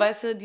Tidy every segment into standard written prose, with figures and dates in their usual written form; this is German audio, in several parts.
weißt du,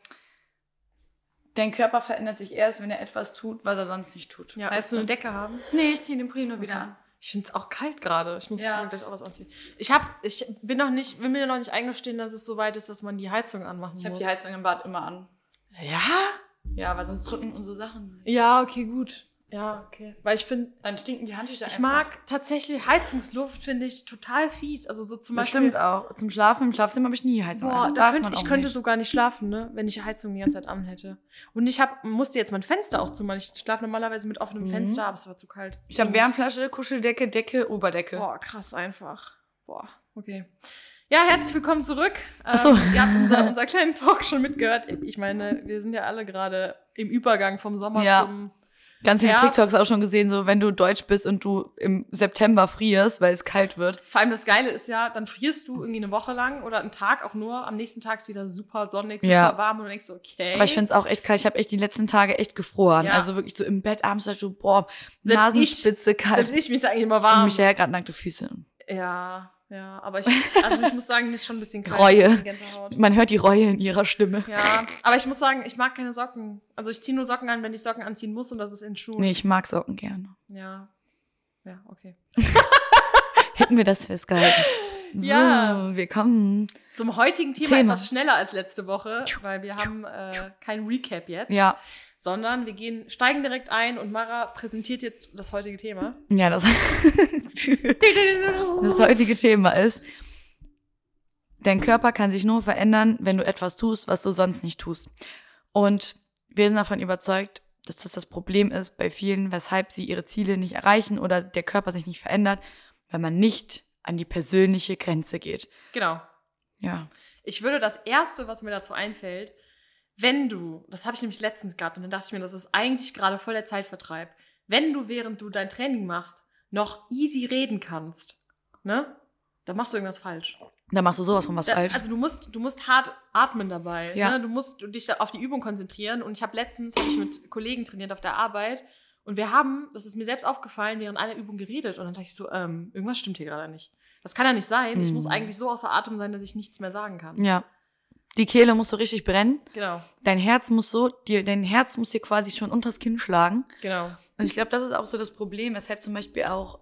dein Körper verändert sich erst, wenn er etwas tut, was er sonst nicht tut. Ja, willst du eine Decke haben? Nee, ich ziehe den Pulli nur wieder an. Ich finde es auch kalt gerade. Ich muss mir gleich auch was anziehen. Will mir noch nicht eingestehen, dass es so weit ist, dass man die Heizung anmachen muss. Ich habe die Heizung im Bad immer an. Ja? Ja, weil sonst drücken unsere Sachen. Ja, okay, gut. Ja, okay. Weil ich finde, dann stinken die Handtücher einfach. Ich mag tatsächlich Heizungsluft, finde ich total fies. Also so zum Beispiel. Stimmt auch. Zum Schlafen im Schlafzimmer habe ich nie Heizung an. Ich könnte sogar nicht schlafen, ne, wenn ich die Heizung die ganze Zeit an hätte. Und musste jetzt mein Fenster auch zumachen. Ich schlafe normalerweise mit offenem Fenster, aber es war zu kalt. Ich habe Wärmflasche, Kuscheldecke, Decke, Oberdecke. Boah, krass einfach. Boah, okay. Ja, herzlich willkommen zurück. Achso. Ihr habt unser kleinen Talk schon mitgehört. Ich meine, wir sind ja alle gerade im Übergang vom Sommer zum Ganz viele Herbst. TikToks auch schon gesehen, so wenn du deutsch bist und du im September frierst, weil es kalt wird. Vor allem das Geile ist ja, dann frierst du irgendwie eine Woche lang oder einen Tag auch nur. Am nächsten Tag ist wieder super sonnig, super warm und du denkst so, okay. Aber ich find's auch echt kalt. Ich habe echt die letzten Tage echt gefroren. Ja. Also wirklich so im Bett abends so, boah, Nasenspitze kalt. Selbst ich, mir ist ja eigentlich immer warm. Und Michael gerade nackte Füße. Ja, aber ich muss sagen, mir ist schon ein bisschen kalt. Reue. Man hört die Reue in ihrer Stimme. Ja, aber ich muss sagen, ich mag keine Socken. Also ich ziehe nur Socken an, wenn ich Socken anziehen muss und das ist in Schuhen. Nee, ich mag Socken gerne. Ja, okay. Hätten wir das festgehalten. So, wir kommen zum heutigen Thema etwas schneller als letzte Woche, weil wir haben kein Recap jetzt. Ja. Sondern wir steigen direkt ein und Mara präsentiert jetzt das heutige Thema. Ja, das heutige Thema ist, dein Körper kann sich nur verändern, wenn du etwas tust, was du sonst nicht tust. Und wir sind davon überzeugt, dass das Problem ist bei vielen, weshalb sie ihre Ziele nicht erreichen oder der Körper sich nicht verändert, weil man nicht an die persönliche Grenze geht. Genau. Ja. Ich würde das Erste, was mir dazu einfällt, das habe ich nämlich letztens gehabt und dann dachte ich mir, das ist eigentlich gerade voll der Zeitvertreib. Wenn du, während du dein Training machst, noch easy reden kannst, ne? Dann machst du irgendwas falsch. Da machst du sowas von was falsch. Also du musst hart atmen dabei. Ja. Ne? Du musst dich da auf die Übung konzentrieren. Und ich habe letztens mit Kollegen trainiert auf der Arbeit und wir haben, das ist mir selbst aufgefallen, während einer Übung geredet. Und dann dachte ich so, irgendwas stimmt hier gerade nicht. Das kann ja nicht sein. Ich muss eigentlich so außer Atem sein, dass ich nichts mehr sagen kann. Ja. Die Kehle muss so richtig brennen. Genau. Dein Herz muss dir quasi schon unters Kinn schlagen. Genau. Und ich glaube, das ist auch so das Problem, weshalb zum Beispiel auch,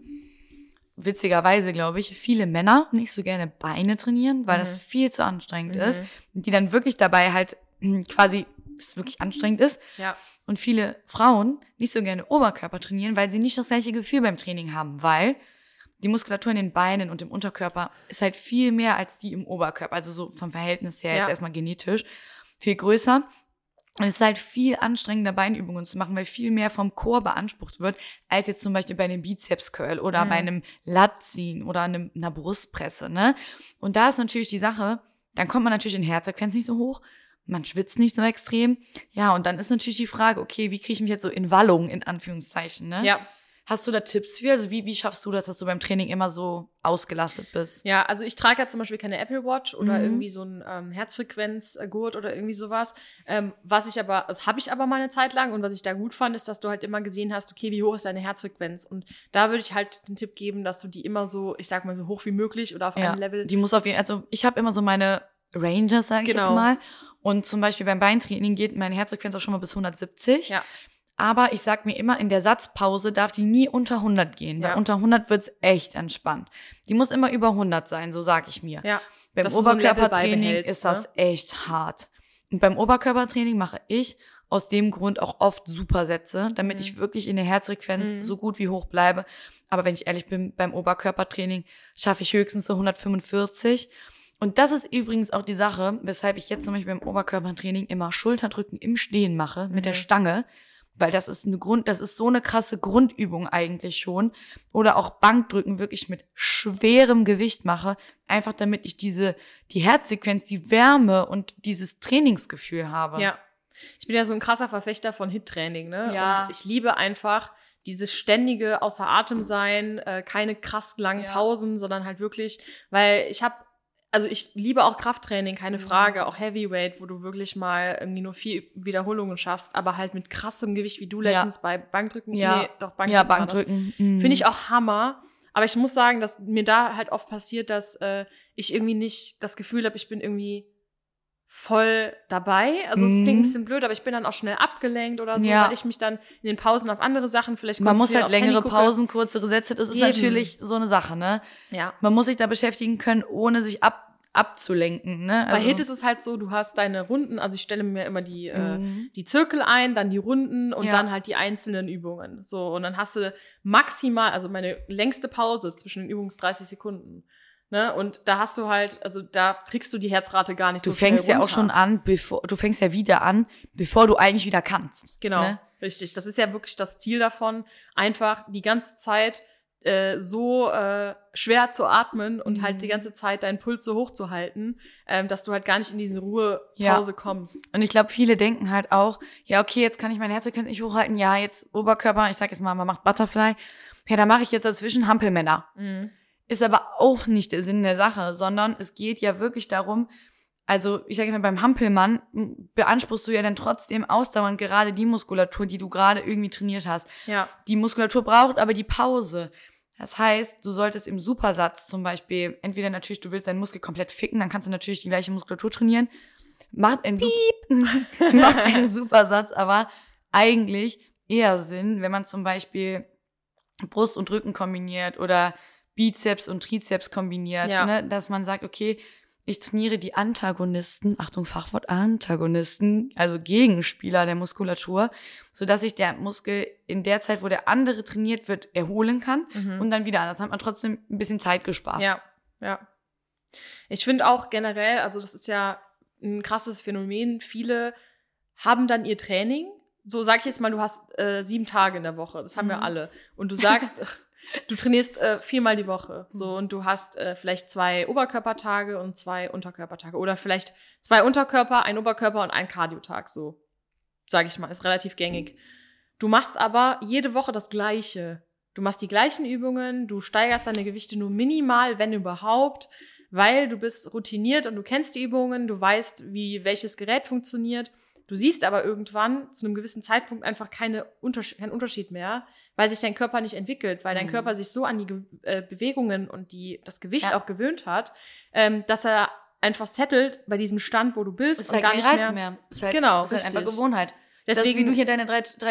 witzigerweise, glaube ich, viele Männer nicht so gerne Beine trainieren, weil das viel zu anstrengend ist. Und die dann wirklich dabei halt quasi, es wirklich anstrengend ist. Ja. Und viele Frauen nicht so gerne Oberkörper trainieren, weil sie nicht das gleiche Gefühl beim Training haben, weil die Muskulatur in den Beinen und im Unterkörper ist halt viel mehr als die im Oberkörper. Also so vom Verhältnis her jetzt erstmal genetisch viel größer. Und es ist halt viel anstrengender, Beinübungen zu machen, weil viel mehr vom Core beansprucht wird, als jetzt zum Beispiel bei einem Bizeps-Curl oder bei einem Latziehen oder einer Brustpresse, ne? Und da ist natürlich die Sache, dann kommt man natürlich in Herzfrequenz nicht so hoch, man schwitzt nicht so extrem. Ja, und dann ist natürlich die Frage, okay, wie kriege ich mich jetzt so in Wallung, in Anführungszeichen, ne? Ja. Hast du da Tipps für? Also wie schaffst du das, dass du beim Training immer so ausgelastet bist? Ja, also ich trage ja zum Beispiel keine Apple Watch oder irgendwie so ein Herzfrequenzgurt oder irgendwie sowas. Das habe ich aber mal eine Zeit lang und was ich da gut fand, ist, dass du halt immer gesehen hast, okay, wie hoch ist deine Herzfrequenz? Und da würde ich halt den Tipp geben, dass du die immer so, ich sag mal, so hoch wie möglich oder auf einem Level. Die muss also ich habe immer so meine Ranges, sage ich jetzt mal. Und zum Beispiel beim Beintraining geht meine Herzfrequenz auch schon mal bis 170. Ja. Aber ich sag mir immer, in der Satzpause darf die nie unter 100 gehen, weil unter 100 wird's echt entspannt. Die muss immer über 100 sein, so sag ich mir. Ja. Beim Oberkörpertraining ist das echt hart. Und beim Oberkörpertraining mache ich aus dem Grund auch oft Supersätze, damit ich wirklich in der Herzfrequenz so gut wie hoch bleibe. Aber wenn ich ehrlich bin, beim Oberkörpertraining schaffe ich höchstens so 145. Und das ist übrigens auch die Sache, weshalb ich jetzt zum Beispiel beim Oberkörpertraining immer Schulterdrücken im Stehen mache, mit der Stange. Weil das ist so eine krasse Grundübung eigentlich schon. Oder auch Bankdrücken wirklich mit schwerem Gewicht mache. Einfach damit ich die Herzsequenz, die Wärme und dieses Trainingsgefühl habe. Ja. Ich bin ja so ein krasser Verfechter von HIIT-Training, ne? Ja. Und ich liebe einfach dieses ständige außer Atem sein, keine krass langen Pausen, sondern halt wirklich, weil ich liebe auch Krafttraining, keine Frage, auch Heavyweight, wo du wirklich mal irgendwie nur 4 Wiederholungen schaffst, aber halt mit krassem Gewicht, wie du letztens bei Bankdrücken. Ja, Nee, doch, Bankdrücken. Bankdrücken. Finde ich auch Hammer. Aber ich muss sagen, dass mir da halt oft passiert, dass ich irgendwie nicht das Gefühl habe, ich bin irgendwie voll dabei. Also es klingt ein bisschen blöd, aber ich bin dann auch schnell abgelenkt oder so, weil ich mich dann in den Pausen auf andere Sachen vielleicht man muss halt längere Pausen, kürzere Sätze, das ist natürlich so eine Sache, ne? Ja. Man muss sich da beschäftigen können, ohne sich abzulenken, ne? Also bei HIIT ist es halt so, du hast deine Runden, also ich stelle mir immer die Zirkel ein, dann die Runden und dann halt die einzelnen Übungen. So, und dann hast du maximal, also meine längste Pause zwischen den Übungen ist 30 Sekunden. Ne? Und da hast du halt, also da kriegst du die Herzrate gar nicht so schnell runter. Du fängst ja auch schon an, du fängst ja wieder an, bevor du eigentlich wieder kannst. Genau, ne? Richtig. Das ist ja wirklich das Ziel davon, einfach die ganze Zeit so schwer zu atmen und halt die ganze Zeit deinen Puls so hoch zu halten, dass du halt gar nicht in diese Ruhepause kommst. Und ich glaube, viele denken halt auch, ja, okay, jetzt kann ich meine Herzfrequenz nicht hochhalten, ja, jetzt Oberkörper, ich sag jetzt mal, man macht Butterfly, ja, da mache ich jetzt dazwischen Hampelmänner. Ist aber auch nicht der Sinn der Sache, sondern es geht ja wirklich darum, also ich sage mal, beim Hampelmann beanspruchst du ja dann trotzdem ausdauernd gerade die Muskulatur, die du gerade irgendwie trainiert hast. Ja. Die Muskulatur braucht aber die Pause. Das heißt, du solltest im Supersatz zum Beispiel, entweder natürlich, du willst deinen Muskel komplett ficken, dann kannst du natürlich die gleiche Muskulatur trainieren. Macht einen Supersatz aber eigentlich eher Sinn, wenn man zum Beispiel Brust und Rücken kombiniert oder Bizeps und Trizeps kombiniert, ne? Dass man sagt, okay, ich trainiere die Antagonisten, Achtung, Fachwort Antagonisten, also Gegenspieler der Muskulatur, sodass sich der Muskel in der Zeit, wo der andere trainiert wird, erholen kann und dann wieder an. Das hat man trotzdem ein bisschen Zeit gespart. Ja. Ich finde auch generell, also das ist ja ein krasses Phänomen, viele haben dann ihr Training, so sag ich jetzt mal, du hast 7 Tage in der Woche, das haben wir alle, und du sagst... Du trainierst 4-mal die Woche, so, und du hast vielleicht 2 Oberkörpertage und 2 Unterkörpertage oder vielleicht 2 Unterkörper, ein Oberkörper und ein Cardio-Tag, so, sage ich mal, ist relativ gängig. Du machst aber jede Woche das Gleiche. Du machst die gleichen Übungen, du steigerst deine Gewichte nur minimal, wenn überhaupt, weil du bist routiniert und du kennst die Übungen, du weißt, wie welches Gerät funktioniert. Du siehst aber irgendwann zu einem gewissen Zeitpunkt einfach keinen Unterschied mehr, weil sich dein Körper nicht entwickelt, weil dein Körper sich so an die Bewegungen und das Gewicht auch gewöhnt hat, dass er einfach settelt bei diesem Stand, wo du bist. Ist und halt gar kein nicht Reiz mehr. Ist halt, genau, ist halt einfach Gewohnheit. Deswegen, wie du hier deine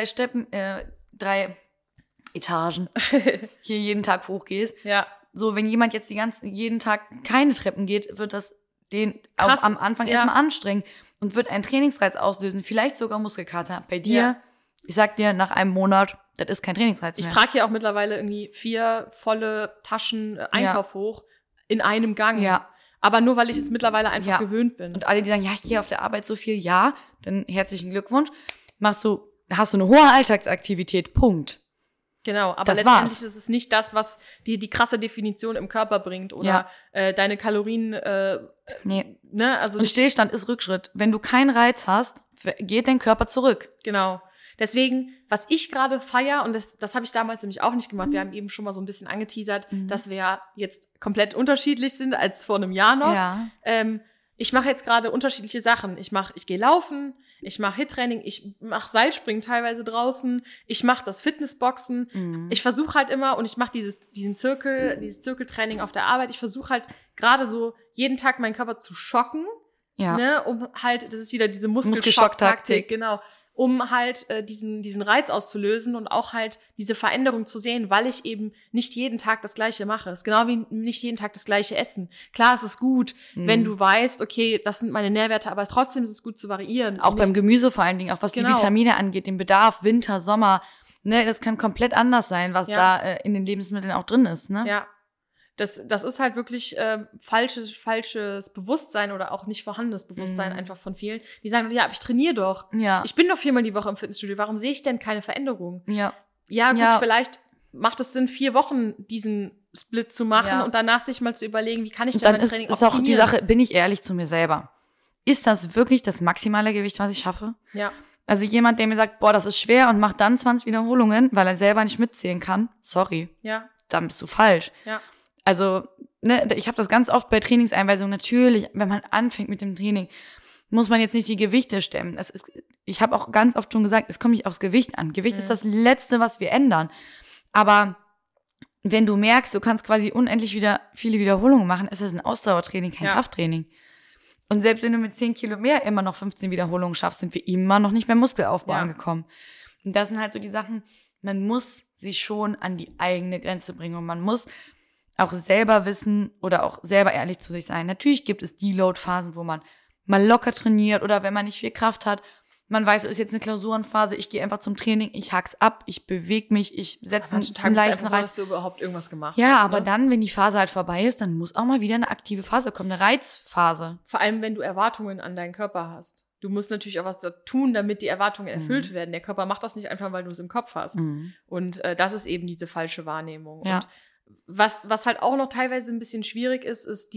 3 Etagen hier jeden Tag hochgehst. Ja. So, wenn jemand jetzt jeden Tag keine Treppen geht, wird das den auch am Anfang erstmal anstrengen und wird einen Trainingsreiz auslösen, vielleicht sogar Muskelkater. Bei dir, ich sag dir, nach einem Monat, das ist kein Trainingsreiz mehr. Ich trage hier auch mittlerweile irgendwie 4 volle Taschen Einkauf hoch in einem Gang. Ja. Aber nur, weil ich es mittlerweile einfach gewöhnt bin. Und alle, die sagen, ja, ich gehe auf der Arbeit so viel, dann herzlichen Glückwunsch. Hast du eine hohe Alltagsaktivität, Punkt. Genau, aber letztendlich ist es nicht das, was die krasse Definition im Körper bringt oder deine Kalorien. Nee. Ne? Also und Stillstand ist Rückschritt. Wenn du keinen Reiz hast, geht dein Körper zurück. Genau. Deswegen, was ich gerade feiere, und das habe ich damals nämlich auch nicht gemacht, wir haben eben schon mal so ein bisschen angeteasert, dass wir jetzt komplett unterschiedlich sind als vor einem Jahr noch. Ja. Ich mache jetzt gerade unterschiedliche Sachen. Ich gehe laufen, ich mache HIIT-Training, ich mache Seilspringen teilweise draußen, ich mache das Fitnessboxen. Ich versuche halt immer, und ich mache dieses Zirkeltraining auf der Arbeit, ich versuche halt gerade so jeden Tag meinen Körper zu schocken, ne, um halt, das ist wieder diese Muskelschock-Taktik, genau, um halt diesen Reiz auszulösen und auch halt diese Veränderung zu sehen, weil ich eben nicht jeden Tag das Gleiche mache. Es ist genau wie nicht jeden Tag das Gleiche essen. Klar, es ist gut, wenn du weißt, okay, das sind meine Nährwerte, aber trotzdem ist es gut zu variieren. Auch beim Gemüse vor allen Dingen, auch was die Vitamine angeht, den Bedarf, Winter, Sommer, ne, das kann komplett anders sein, was da in den Lebensmitteln auch drin ist, ne? Ja. Das ist halt wirklich falsches Bewusstsein oder auch nicht vorhandenes Bewusstsein einfach von vielen. Die sagen, ja, aber ich trainiere doch. Ja. Ich bin doch 4-mal die Woche im Fitnessstudio. Warum sehe ich denn keine Veränderung? Ja. Ja, gut, vielleicht macht es Sinn, 4 Wochen diesen Split zu machen und danach sich mal zu überlegen, wie kann ich denn mein Training optimieren? Ist auch die Sache, bin ich ehrlich zu mir selber. Ist das wirklich das maximale Gewicht, was ich schaffe? Ja. Also jemand, der mir sagt, boah, das ist schwer und macht dann 20 Wiederholungen, weil er selber nicht mitzählen kann, sorry. Ja. Dann bist du falsch. Ja. Also, ne, ich habe das ganz oft bei Trainingseinweisungen. Natürlich, wenn man anfängt mit dem Training, muss man jetzt nicht die Gewichte stemmen. Ich habe auch ganz oft schon gesagt, es kommt nicht aufs Gewicht an. Gewicht ist das Letzte, was wir ändern. Aber wenn du merkst, du kannst quasi unendlich viele Wiederholungen machen, ist das ein Ausdauertraining, kein Krafttraining. Und selbst wenn du mit 10 Kilo mehr immer noch 15 Wiederholungen schaffst, sind wir immer noch nicht beim Muskelaufbau angekommen. Und das sind halt so die Sachen, man muss sich schon an die eigene Grenze bringen und man muss auch selber wissen oder auch selber ehrlich zu sich sein. Natürlich gibt es Deload-Phasen, wo man mal locker trainiert oder wenn man nicht viel Kraft hat, man weiß, es ist jetzt eine Klausurenphase, ich gehe einfach zum Training, ich hack's ab, ich bewege mich, ich setze einen leichten Reiz. Dass du überhaupt irgendwas gemacht ja, hast, aber dann, wenn die Phase halt vorbei ist, dann muss auch mal wieder eine aktive Phase kommen, eine Reizphase. Vor allem, wenn du Erwartungen an deinen Körper hast. Du musst natürlich auch was da tun, damit die Erwartungen erfüllt werden. Der Körper macht das nicht einfach, weil du es im Kopf hast. Und das ist eben diese falsche Wahrnehmung. Ja. Und was halt auch noch teilweise ein bisschen schwierig ist, ist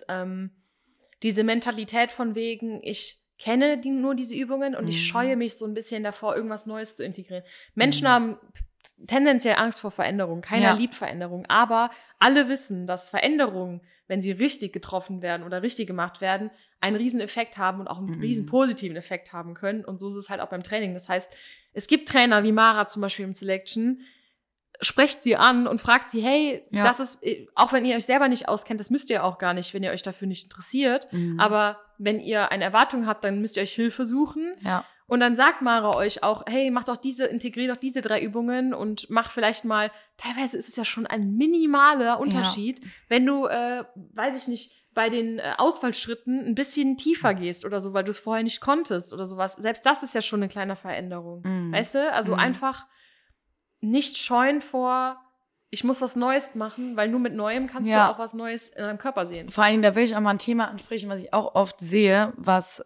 diese Mentalität von wegen, ich kenne nur diese Übungen und ich scheue mich so ein bisschen davor, irgendwas Neues zu integrieren. Menschen haben tendenziell Angst vor Veränderung. Keiner liebt Veränderung. Aber alle wissen, dass Veränderungen, wenn sie richtig getroffen werden oder richtig gemacht werden, einen riesen Effekt haben und auch einen riesen positiven Effekt haben können. Und so ist es halt auch beim Training. Das heißt, es gibt Trainer wie Mara zum Beispiel im Selection, sprecht sie an und fragt sie, hey, das ist, auch wenn ihr euch selber nicht auskennt, das müsst ihr auch gar nicht, wenn ihr euch dafür nicht interessiert. Aber wenn ihr eine Erwartung habt, dann müsst ihr euch Hilfe suchen. Ja. Und dann sagt Mara euch auch, hey, integrier doch diese 3 Übungen und mach vielleicht mal, teilweise ist es ja schon ein minimaler Unterschied, wenn du, weiß ich nicht, bei den Ausfallschritten ein bisschen tiefer gehst oder so, weil du es vorher nicht konntest oder sowas. Selbst das ist ja schon eine kleine Veränderung. Weißt du? Also einfach nicht scheuen vor, ich muss was Neues machen, weil nur mit Neuem kannst du auch was Neues in deinem Körper sehen. Vor allem, da will ich auch mal ein Thema ansprechen, was ich auch oft sehe, was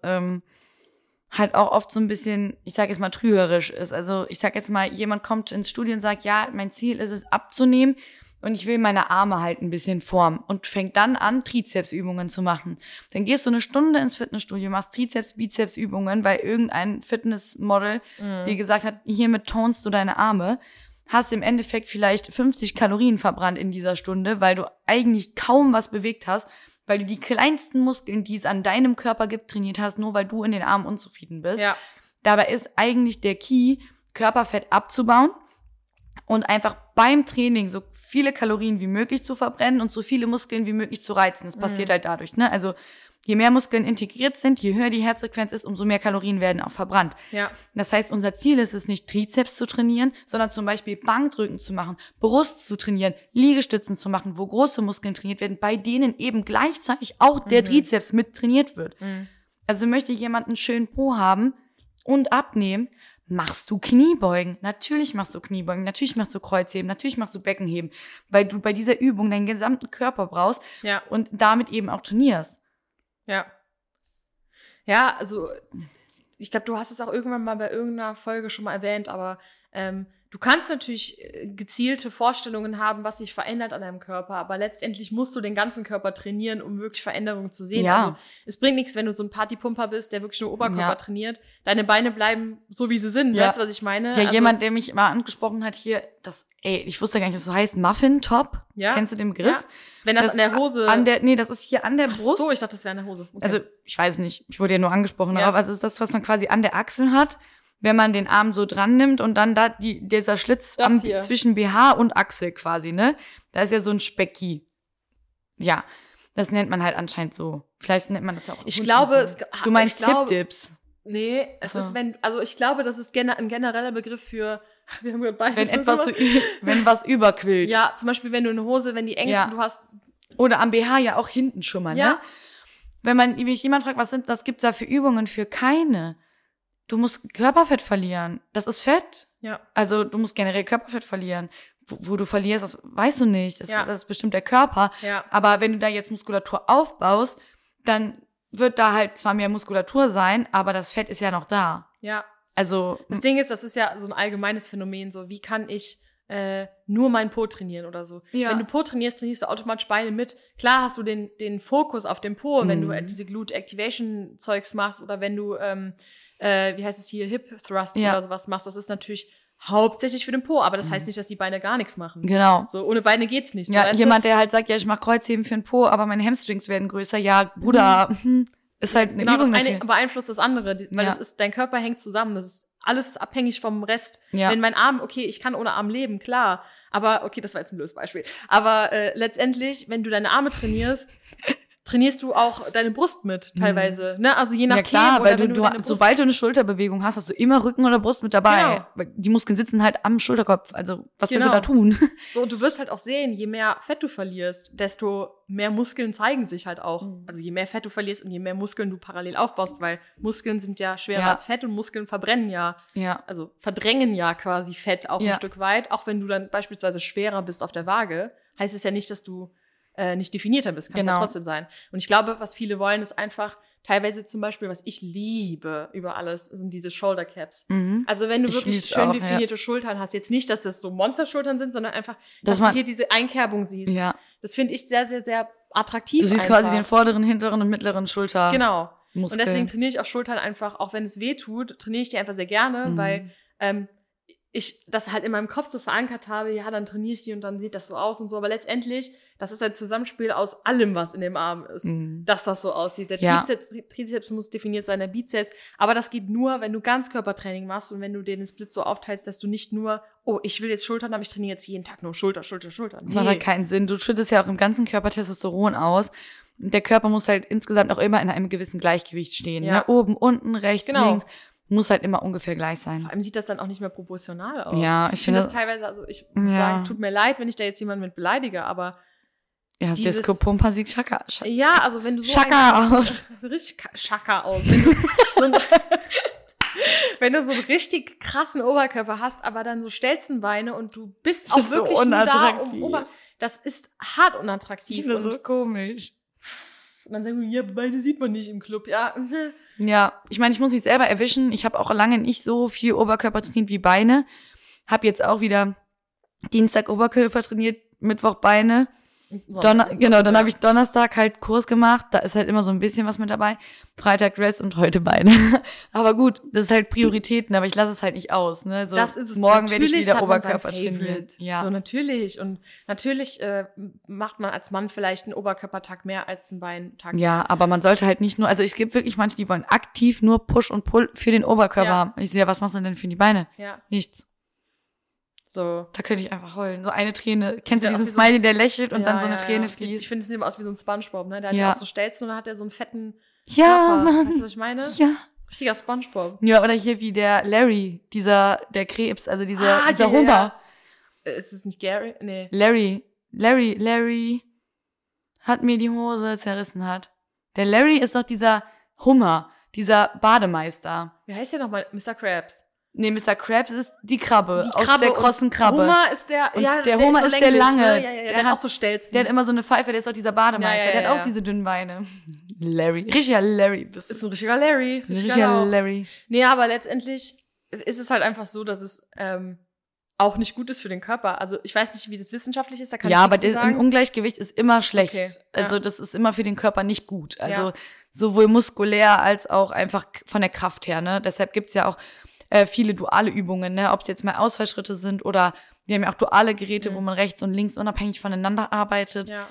halt auch oft so ein bisschen, ich sag jetzt mal, trügerisch ist. Also ich sag jetzt mal, jemand kommt ins Studio und sagt, ja, mein Ziel ist es abzunehmen und ich will meine Arme halt ein bisschen formen und fängt dann an, Trizepsübungen zu machen. Dann gehst du eine Stunde ins Fitnessstudio, machst Trizeps, Bizepsübungen, weil irgendein Fitnessmodel dir gesagt hat, hiermit tonst du deine Arme, hast im Endeffekt vielleicht 50 Kalorien verbrannt in dieser Stunde, weil du eigentlich kaum was bewegt hast, weil du die kleinsten Muskeln, die es an deinem Körper gibt, trainiert hast, nur weil du in den Armen unzufrieden bist. Ja. Dabei ist eigentlich der Key, Körperfett abzubauen und einfach beim Training so viele Kalorien wie möglich zu verbrennen und so viele Muskeln wie möglich zu reizen. Das passiert halt dadurch, ne? Also je mehr Muskeln integriert sind, je höher die Herzfrequenz ist, umso mehr Kalorien werden auch verbrannt. Ja. Das heißt, unser Ziel ist es nicht, Trizeps zu trainieren, sondern zum Beispiel Bankdrücken zu machen, Brust zu trainieren, Liegestützen zu machen, wo große Muskeln trainiert werden, bei denen eben gleichzeitig auch der Trizeps mit trainiert wird. Also möchte jemand einen schönen Po haben und abnehmen, machst du Kniebeugen. Natürlich machst du Kniebeugen, natürlich machst du Kreuzheben, natürlich machst du Beckenheben, weil du bei dieser Übung deinen gesamten Körper brauchst und damit eben auch trainierst. Ja. Ja, also ich glaube, du hast es auch irgendwann mal bei irgendeiner Folge schon mal erwähnt, aber du kannst natürlich gezielte Vorstellungen haben, was sich verändert an deinem Körper, aber letztendlich musst du den ganzen Körper trainieren, um wirklich Veränderungen zu sehen. Ja. Also es bringt nichts, wenn du so ein Partypumper bist, der wirklich nur Oberkörper trainiert. Deine Beine bleiben so, wie sie sind. Weißt du, was ich meine? Ja, also, jemand, der mich mal angesprochen hat hier, ich wusste gar nicht, dass das so heißt, Muffin-Top. Ja. Kennst du den Begriff? Ja. Wenn das an der Hose... das ist hier an der Brust. Ach so, ich dachte, das wäre an der Hose. Okay. Also, ich weiß nicht, ich wurde ja nur angesprochen, aber also ist das, was man quasi an der Achsel hat, wenn man den Arm so dran nimmt und dann da dieser Schlitz zwischen BH und Achsel quasi, ne? Da ist ja so ein Specki. Ja, das nennt man halt anscheinend so. Vielleicht nennt man das auch. Ich glaube, du meinst Tip-Dips. Nee, es ist ich glaube, das ist ein genereller Begriff für, wir haben beide wenn was überquillt. Ja, zum Beispiel, wenn du eine Hose, wenn die eng ist und du hast. Oder am BH ja auch hinten schon mal, ne? Wenn mich jemand fragt, was gibt's da für Übungen für? Keine. Du musst Körperfett verlieren. Das ist Fett. Ja. Also du musst generell Körperfett verlieren. Wo du verlierst, das weißt du nicht. Das ist bestimmt der Körper. Ja. Aber wenn du da jetzt Muskulatur aufbaust, dann wird da halt zwar mehr Muskulatur sein, aber das Fett ist ja noch da. Ja. Also das Ding ist, das ist ja so ein allgemeines Phänomen. So, wie kann ich nur meinen Po trainieren oder so. Ja. Wenn du Po trainierst, trainierst du automatisch Beine mit. Klar hast du den Fokus auf dem Po, wenn du diese Glute Activation Zeugs machst oder wenn du wie heißt es hier, Hip Thrusts oder sowas machst. Das ist natürlich hauptsächlich für den Po, aber das heißt nicht, dass die Beine gar nichts machen. Genau. So, ohne Beine geht's nicht. Ja, so, jemand, der halt sagt, ja, ich mache Kreuzheben für den Po, aber meine Hamstrings werden größer. Ja, Bruder, ist halt eine Übung das eine beeinflusst das andere, weil das ist, dein Körper hängt zusammen, das ist alles abhängig vom Rest. Ja. Wenn mein Arm, okay, ich kann ohne Arm leben, klar, aber okay, das war jetzt ein blödes Beispiel. Aber letztendlich, wenn du deine Arme trainierst trainierst du auch deine Brust mit teilweise, ne? Also je nachdem. Ja klar, weil sobald du eine Schulterbewegung hast, hast du immer Rücken oder Brust mit dabei. Genau. Weil die Muskeln sitzen halt am Schulterkopf. Also was willst du Genau. da tun? So, und du wirst halt auch sehen, je mehr Fett du verlierst, desto mehr Muskeln zeigen sich halt auch. Also je mehr Fett du verlierst und je mehr Muskeln du parallel aufbaust, weil Muskeln sind ja schwerer als Fett und Muskeln verbrennen also verdrängen ja quasi Fett auch ein Stück weit. Auch wenn du dann beispielsweise schwerer bist auf der Waage, heißt es ja nicht, dass du nicht definierter bist, kann es ja trotzdem sein. Und ich glaube, was viele wollen, ist einfach teilweise zum Beispiel, was ich liebe über alles, sind diese Shoulder Caps. Also wenn du wirklich schön definierte Schultern hast, jetzt nicht, dass das so Monsterschultern sind, sondern einfach, dass du hier diese Einkerbung siehst. Ja. Das finde ich sehr, sehr, sehr attraktiv. Du siehst quasi den vorderen, hinteren und mittleren Schulter. Genau. Muskeln. Und deswegen trainiere ich auch Schultern einfach, auch wenn es weh tut, trainiere ich die einfach sehr gerne, weil ich das halt in meinem Kopf so verankert habe, ja, dann trainiere ich die und dann sieht das so aus und so. Aber letztendlich, das ist ein Zusammenspiel aus allem, was in dem Arm ist, dass das so aussieht. Der Trizeps muss definiert sein, der Bizeps. Aber das geht nur, wenn du Ganzkörpertraining machst und wenn du den Split so aufteilst, dass du nicht nur, ich will jetzt Schultern haben, ich trainiere jetzt jeden Tag nur Schulter. Das macht halt keinen Sinn. Du schüttest ja auch im ganzen Körper Testosteron aus. Der Körper muss halt insgesamt auch immer in einem gewissen Gleichgewicht stehen. Ne? Oben, unten, rechts, links. Muss halt immer ungefähr gleich sein. Vor allem sieht das dann auch nicht mehr proportional aus. Ja, ich finde das teilweise, also ich muss sagen, es tut mir leid, wenn ich da jetzt jemanden mit beleidige, aber ja, Disco Pumper sieht Chaka. Ja, also wenn du so Chaka aus. Richtig Chaka aus. Wenn du so einen richtig krassen Oberkörper hast, aber dann so Stelzenbeine und du bist auch wirklich so nur da das ist hart unattraktiv. Ich finde das so komisch. Und dann sagen wir, ja, Beine sieht man nicht im Club, ja. Ja, ich meine, ich muss mich selber erwischen. Ich habe auch lange nicht so viel Oberkörper trainiert wie Beine. Hab jetzt auch wieder Dienstag Oberkörper trainiert, Mittwoch Beine. Dann habe ich Donnerstag halt Kurs gemacht. Da ist halt immer so ein bisschen was mit dabei. Freitag Rest und heute Beine. Aber gut, das ist halt Prioritäten, aber ich lasse es halt nicht aus. Ne? So, das ist es. Morgen werde ich wieder Oberkörper trainieren. Ja. So natürlich. Und natürlich macht man als Mann vielleicht einen Oberkörpertag mehr als einen Beintag. Ja, aber man sollte halt nicht nur, also es gibt wirklich manche, die wollen aktiv nur Push und Pull für den Oberkörper haben. Ich sehe, was machst du denn für die Beine? Ja. Nichts. So. Da könnte ich einfach heulen. So eine Träne. Kennst du diesen Smiley, der lächelt und dann so eine Träne fließt? Ich finde, es sieht immer aus wie so ein Spongebob, ne? Der hat ja auch so Stelzen und dann hat er so einen fetten Körper. Mann. Weißt du, was ich meine? Ja. Richtiger Spongebob. Ja, oder hier wie der Larry, der Krebs, also dieser Hummer. Ist es nicht Gary? Nee. Larry hat mir die Hose zerrissen hat. Der Larry ist doch dieser Hummer, dieser Bademeister. Wie heißt der nochmal? Mr. Krabs. Nee, Mr. Krabs ist die Krabbe aus der krossen Krabbe. Hummer ist der, der Hummer ist der lange. Ne? Ja, der hat auch so Stelzen. Der hat immer so eine Pfeife, der ist auch dieser Bademeister. Der hat auch diese dünnen Beine. Larry. Richtiger Larry bist du. Ist ein richtiger Larry. Richtiger Larry. Nee, aber letztendlich ist es halt einfach so, dass es auch nicht gut ist für den Körper. Also ich weiß nicht, wie das wissenschaftlich ist, da kann ich nichts zu sagen. Ja, aber ein Ungleichgewicht ist immer schlecht. Okay, also das ist immer für den Körper nicht gut. Also sowohl muskulär als auch einfach von der Kraft her. Ne? Deshalb gibt's ja auch viele duale Übungen, ne? Ob es jetzt mal Ausfallschritte sind oder wir haben ja auch duale Geräte, wo man rechts und links unabhängig voneinander arbeitet. Ja.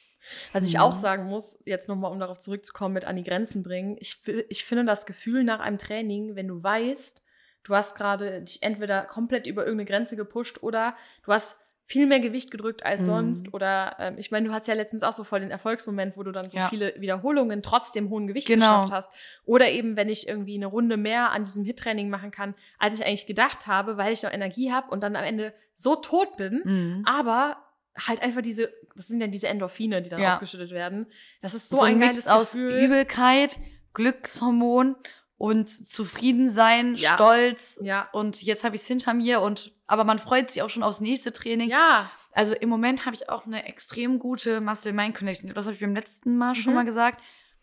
Was ich auch sagen muss, jetzt nochmal, um darauf zurückzukommen, mit an die Grenzen bringen, ich finde das Gefühl nach einem Training, wenn du weißt, du hast gerade dich entweder komplett über irgendeine Grenze gepusht oder du hast viel mehr Gewicht gedrückt als sonst oder ich meine, du hattest ja letztens auch so voll den Erfolgsmoment, wo du dann so viele Wiederholungen trotzdem hohen Gewicht geschafft hast. Oder eben, wenn ich irgendwie eine Runde mehr an diesem HIIT-Training machen kann, als ich eigentlich gedacht habe, weil ich noch Energie habe und dann am Ende so tot bin, aber halt einfach das sind ja diese Endorphine, die dann ausgeschüttet werden. Das ist so ein geiles Gefühl. Aus Übelkeit, Glückshormon und Zufriedensein, Stolz und jetzt habe ich es hinter mir aber man freut sich auch schon aufs nächste Training. Ja. Also im Moment habe ich auch eine extrem gute Muscle-Mind-Connection. Das habe ich beim letzten Mal schon mal gesagt.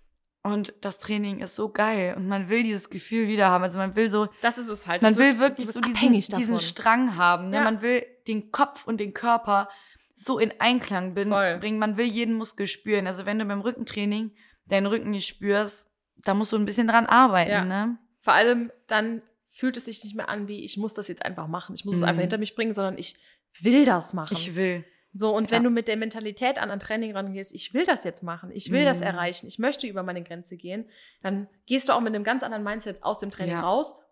Und das Training ist so geil und man will dieses Gefühl wieder haben. Also man will so, das ist es halt. Man will wirklich so diesen Strang haben. Ne? Man will den Kopf und den Körper so in Einklang bringen. Man will jeden Muskel spüren. Also wenn du beim Rückentraining deinen Rücken nicht spürst, da musst du ein bisschen dran arbeiten. Ne? Vor allem dann fühlt es sich nicht mehr an, wie ich muss das jetzt einfach machen. Ich muss es einfach hinter mich bringen, sondern ich will das machen. Ich will. So, und wenn du mit der Mentalität an ein Training rangehst, ich will das jetzt machen, ich will das erreichen, ich möchte über meine Grenze gehen, dann gehst du auch mit einem ganz anderen Mindset aus dem Training raus und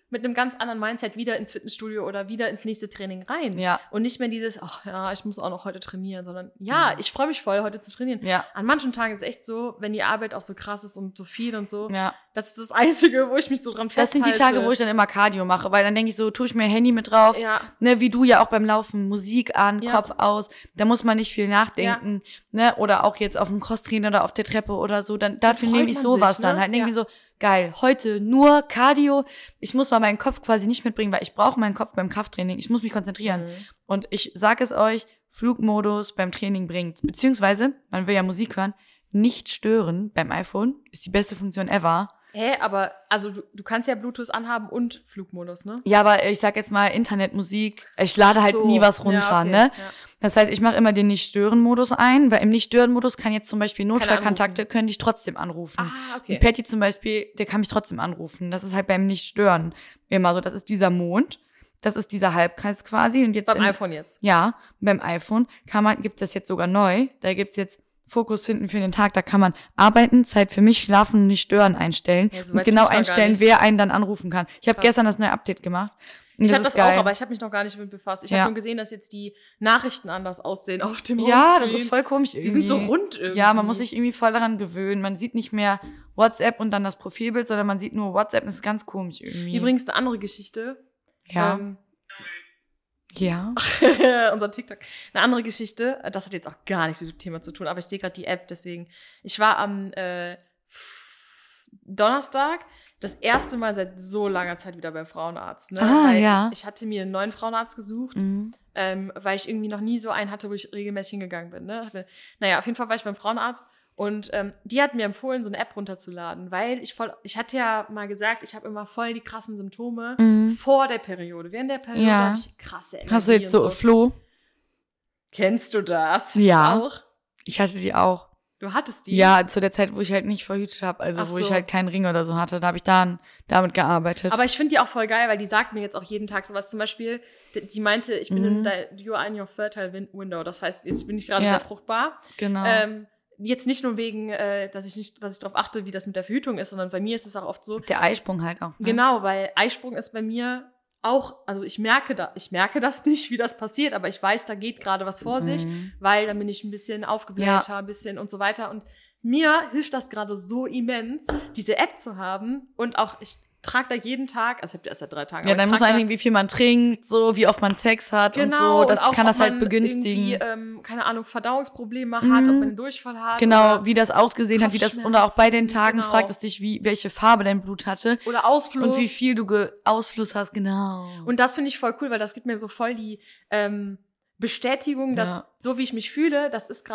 mit einem ganz anderen Mindset wieder ins Fitnessstudio oder wieder ins nächste Training rein. Ja. Und nicht mehr dieses, ach ja, ich muss auch noch heute trainieren, sondern ich freue mich voll, heute zu trainieren. Ja. An manchen Tagen ist es echt so, wenn die Arbeit auch so krass ist und so viel und so, das ist das Einzige, wo ich mich so dran festhalte. Das sind die Tage, wo ich dann immer Cardio mache, weil dann denke ich so, tue ich mir Handy mit drauf, ne, wie du ja auch beim Laufen, Musik an, Kopf aus, da muss man nicht viel nachdenken, ne, oder auch jetzt auf dem Crosstrainer oder auf der Treppe oder so, dann dafür nehme ich sowas dann halt, denke ich mir so, geil, heute nur Cardio, ich muss mal meinen Kopf quasi nicht mitbringen, weil ich brauche meinen Kopf beim Krafttraining, ich muss mich konzentrieren. Und ich sage es euch, Flugmodus beim Training bringt, beziehungsweise, man will ja Musik hören, nicht stören beim iPhone ist die beste Funktion ever. Aber also du kannst ja Bluetooth anhaben und Flugmodus, ne? Ja, aber ich sag jetzt mal Internetmusik, ich lade halt nie was runter, ne? Ja. Das heißt, ich mache immer den Nicht-Stören-Modus ein, weil im Nicht-Stören-Modus kann jetzt zum Beispiel Notfallkontakte, können dich trotzdem anrufen. Und Patty zum Beispiel, der kann mich trotzdem anrufen. Das ist halt beim Nicht-Stören immer so. Das ist dieser Mond, das ist dieser Halbkreis quasi. Und jetzt beim iPhone jetzt? Ja, beim iPhone gibt es das jetzt sogar neu. Da gibt's jetzt Fokus finden für den Tag, da kann man arbeiten, Zeit für mich, schlafen und nicht stören einstellen und genau einstellen, wer einen dann anrufen kann. Ich habe gestern das neue Update gemacht. Ich habe das auch, aber ich habe mich noch gar nicht damit befasst. Ich habe nur gesehen, dass jetzt die Nachrichten anders aussehen auf dem Homescreen. Ja, das ist voll komisch irgendwie. Die sind so rund irgendwie. Ja, man muss sich irgendwie voll daran gewöhnen. Man sieht nicht mehr WhatsApp und dann das Profilbild, sondern man sieht nur WhatsApp. Das ist ganz komisch irgendwie. Übrigens eine andere Geschichte. Ja. Unser TikTok. Eine andere Geschichte, das hat jetzt auch gar nichts mit dem Thema zu tun, aber ich sehe gerade die App, deswegen. Ich war am Donnerstag das erste Mal seit so langer Zeit wieder beim Frauenarzt. Ne? Weil ich hatte mir einen neuen Frauenarzt gesucht, weil ich irgendwie noch nie so einen hatte, wo ich regelmäßig hingegangen bin. Ne? Naja, auf jeden Fall war ich beim Frauenarzt. Und die hat mir empfohlen, so eine App runterzuladen, weil ich hatte ja mal gesagt, ich habe immer voll die krassen Symptome vor der Periode. Während der Periode habe ich krasse Energie. Hast du jetzt so Flo? Kennst du das? Hast du das auch? Ich hatte die auch. Du hattest die? Ja, zu der Zeit, wo ich halt nicht verhütet habe, also wo ich halt keinen Ring oder so hatte, da habe ich dann damit gearbeitet. Aber ich finde die auch voll geil, weil die sagt mir jetzt auch jeden Tag sowas. Zum Beispiel, die meinte, ich bin you're in your fertile window. Das heißt, jetzt bin ich gerade sehr fruchtbar. Genau. Jetzt nicht nur wegen, dass ich darauf achte, wie das mit der Verhütung ist, sondern bei mir ist es auch oft so. Der Eisprung halt auch. Ne? Genau, weil Eisprung ist bei mir auch, also ich merke das nicht, wie das passiert, aber ich weiß, da geht gerade was vor sich, weil dann bin ich ein bisschen aufgeblähter, ein bisschen und so weiter. Und mir hilft das gerade so immens, diese App zu haben und auch ich trage da jeden Tag, also ich habe die erst seit 3 Tagen. Ja, dann muss man irgendwie, wie viel man trinkt, so, wie oft man Sex hat und so. Das und auch, kann das halt begünstigen. Irgendwie, keine Ahnung, Verdauungsprobleme hat, ob man einen Durchfall hat. Genau, wie das ausgesehen hat, wie das, und auch bei den Tagen fragt es dich, welche Farbe dein Blut hatte. Oder Ausfluss. Und wie viel du Ausfluss hast, genau. Und das finde ich voll cool, weil das gibt mir so voll die Bestätigung, dass so wie ich mich fühle, das ist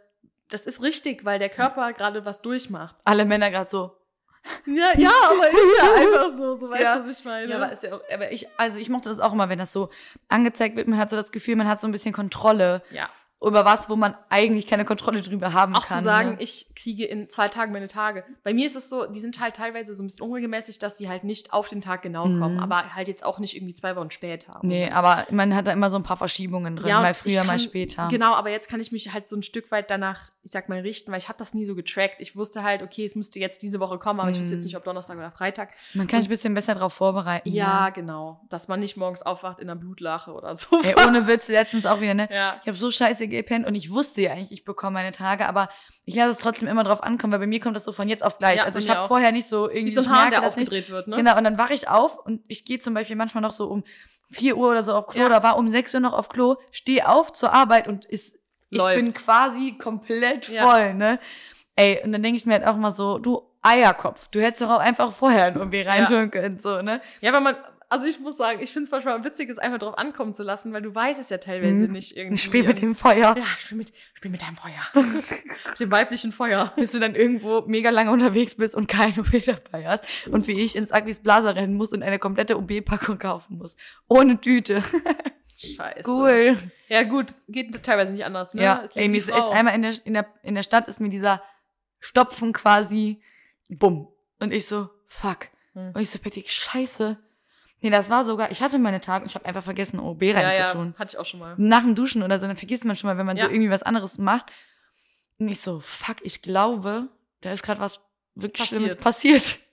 richtig, weil der Körper gerade was durchmacht. Alle Männer gerade so. Ja, aber ist ja einfach so weißt du, was ich meine. Ja, aber ist ja auch, aber ich mochte das auch immer, wenn das so angezeigt wird, man hat so das Gefühl, man hat so ein bisschen Kontrolle. Ja. Über was, wo man eigentlich keine Kontrolle drüber haben kann. Auch zu sagen, ich kriege in 2 Tagen meine Tage. Bei mir ist es so, die sind halt teilweise so ein bisschen unregelmäßig, dass die halt nicht auf den Tag genau kommen, aber halt jetzt auch nicht irgendwie 2 Wochen später. Nee, aber man hat da immer so ein paar Verschiebungen drin, mal früher, mal später. Genau, aber jetzt kann ich mich halt so ein Stück weit danach, ich sag mal, richten, weil ich habe das nie so getrackt. Ich wusste halt, okay, es müsste jetzt diese Woche kommen, aber ich wusste jetzt nicht, ob Donnerstag oder Freitag. Man kann sich ein bisschen besser drauf vorbereiten. Ja, genau. Dass man nicht morgens aufwacht in einer Blutlache oder so. Ey, ohne Witz, letztens auch wieder, ne? Ja. Ich habe so scheiße gepennt und ich wusste ja eigentlich, ich bekomme meine Tage, aber ich lasse es trotzdem immer drauf ankommen, weil bei mir kommt das so von jetzt auf gleich. Ja, also ich habe vorher nicht so irgendwie, wie so ein Hahn, der aufgedreht wird, ne? Genau, und dann wache ich auf und ich gehe zum Beispiel manchmal noch so um 4 Uhr oder so auf Klo, oder war um 6 Uhr noch auf Klo, stehe auf zur Arbeit und ich bin quasi komplett voll, ne? Ey, und dann denke ich mir halt auch mal so, du Eierkopf, du hättest doch auch einfach vorher irgendwie reintun können, so, ne? Ja, aber also ich muss sagen, ich finde es manchmal witzig, es einfach drauf ankommen zu lassen, weil du weißt es ja teilweise nicht irgendwie. Spiel mit dem Feuer. Ja, spiel mit deinem Feuer. Mit dem weiblichen Feuer. Bis du dann irgendwo mega lange unterwegs bist und keine OB dabei hast und wie ich ins Agnes Blaser rennen muss und eine komplette OB-Packung kaufen muss. Ohne Tüte. Scheiße. Cool. Ja gut, geht teilweise nicht anders, ne? Ja, ey, mir ist echt einmal in der Stadt ist mir dieser Stopfen quasi, bumm. Und ich so, fuck. Und ich so, Patty, scheiße. Nee, das war sogar, ich hatte meine Tage und ich habe einfach vergessen, OB reinzutun. Ja, hatte ich auch schon mal. Nach dem Duschen oder so, dann vergisst man schon mal, wenn man so irgendwie was anderes macht. Und ich so, fuck, ich glaube, da ist gerade was wirklich Schlimmes passiert.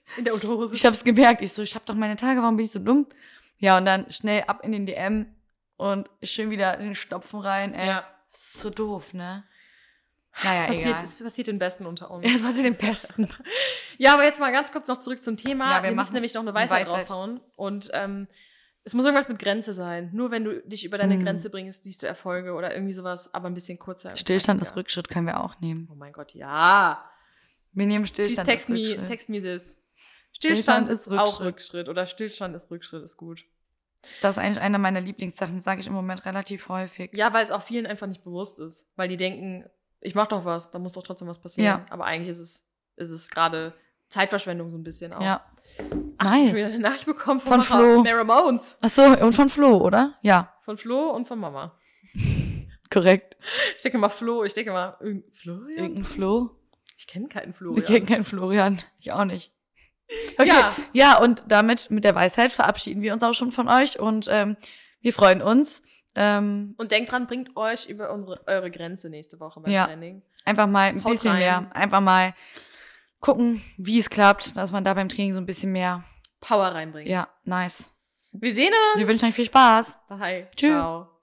In der Unterhose. Ich hab's gemerkt. Ich hab doch meine Tage, warum bin ich so dumm? Ja, und dann schnell ab in den DM und schön wieder den Stopfen rein. Ja. Das ist so doof, ne? Naja, es passiert den Besten unter uns. Ja, es passiert den Besten. Ja, aber jetzt mal ganz kurz noch zurück zum Thema. Ja, wir müssen nämlich noch eine Weisheit raushauen. Und es muss irgendwas mit Grenze sein. Nur wenn du dich über deine Grenze bringst, siehst du Erfolge oder irgendwie sowas, aber ein bisschen kurzer. Stillstand ist Rückschritt, können wir auch nehmen. Oh mein Gott, ja. Wir nehmen Stillstand ist Rückschritt. Text me this. Stillstand ist auch Rückschritt. Oder Stillstand ist Rückschritt, ist gut. Das ist eigentlich eine meiner Lieblingssachen, sage ich im Moment relativ häufig. Ja, weil es auch vielen einfach nicht bewusst ist. Weil die denken, ich mach doch was, da muss doch trotzdem was passieren. Ja. Aber eigentlich ist es gerade Zeitverschwendung so ein bisschen auch. Ja. Nice. Ich habe wieder eine Nachricht bekommen von Flo. Ramones. Achso, und von Flo, oder? Ja. Von Flo und von Mama. Korrekt. Ich denke mal Florian? Irgendein Flo? Ich kenne keinen Florian. Ich kenne keinen Florian. Ich auch nicht. Okay. Ja, und damit, mit der Weisheit, verabschieden wir uns auch schon von euch und wir freuen uns. Und denkt dran, bringt euch über eure Grenze nächste Woche beim Training. Einfach mal ein bisschen mehr. Einfach mal gucken, wie es klappt, dass man da beim Training so ein bisschen mehr Power reinbringt. Ja, nice. Wir sehen uns. Wir wünschen euch viel Spaß. Bye. Tschüss. Ciao.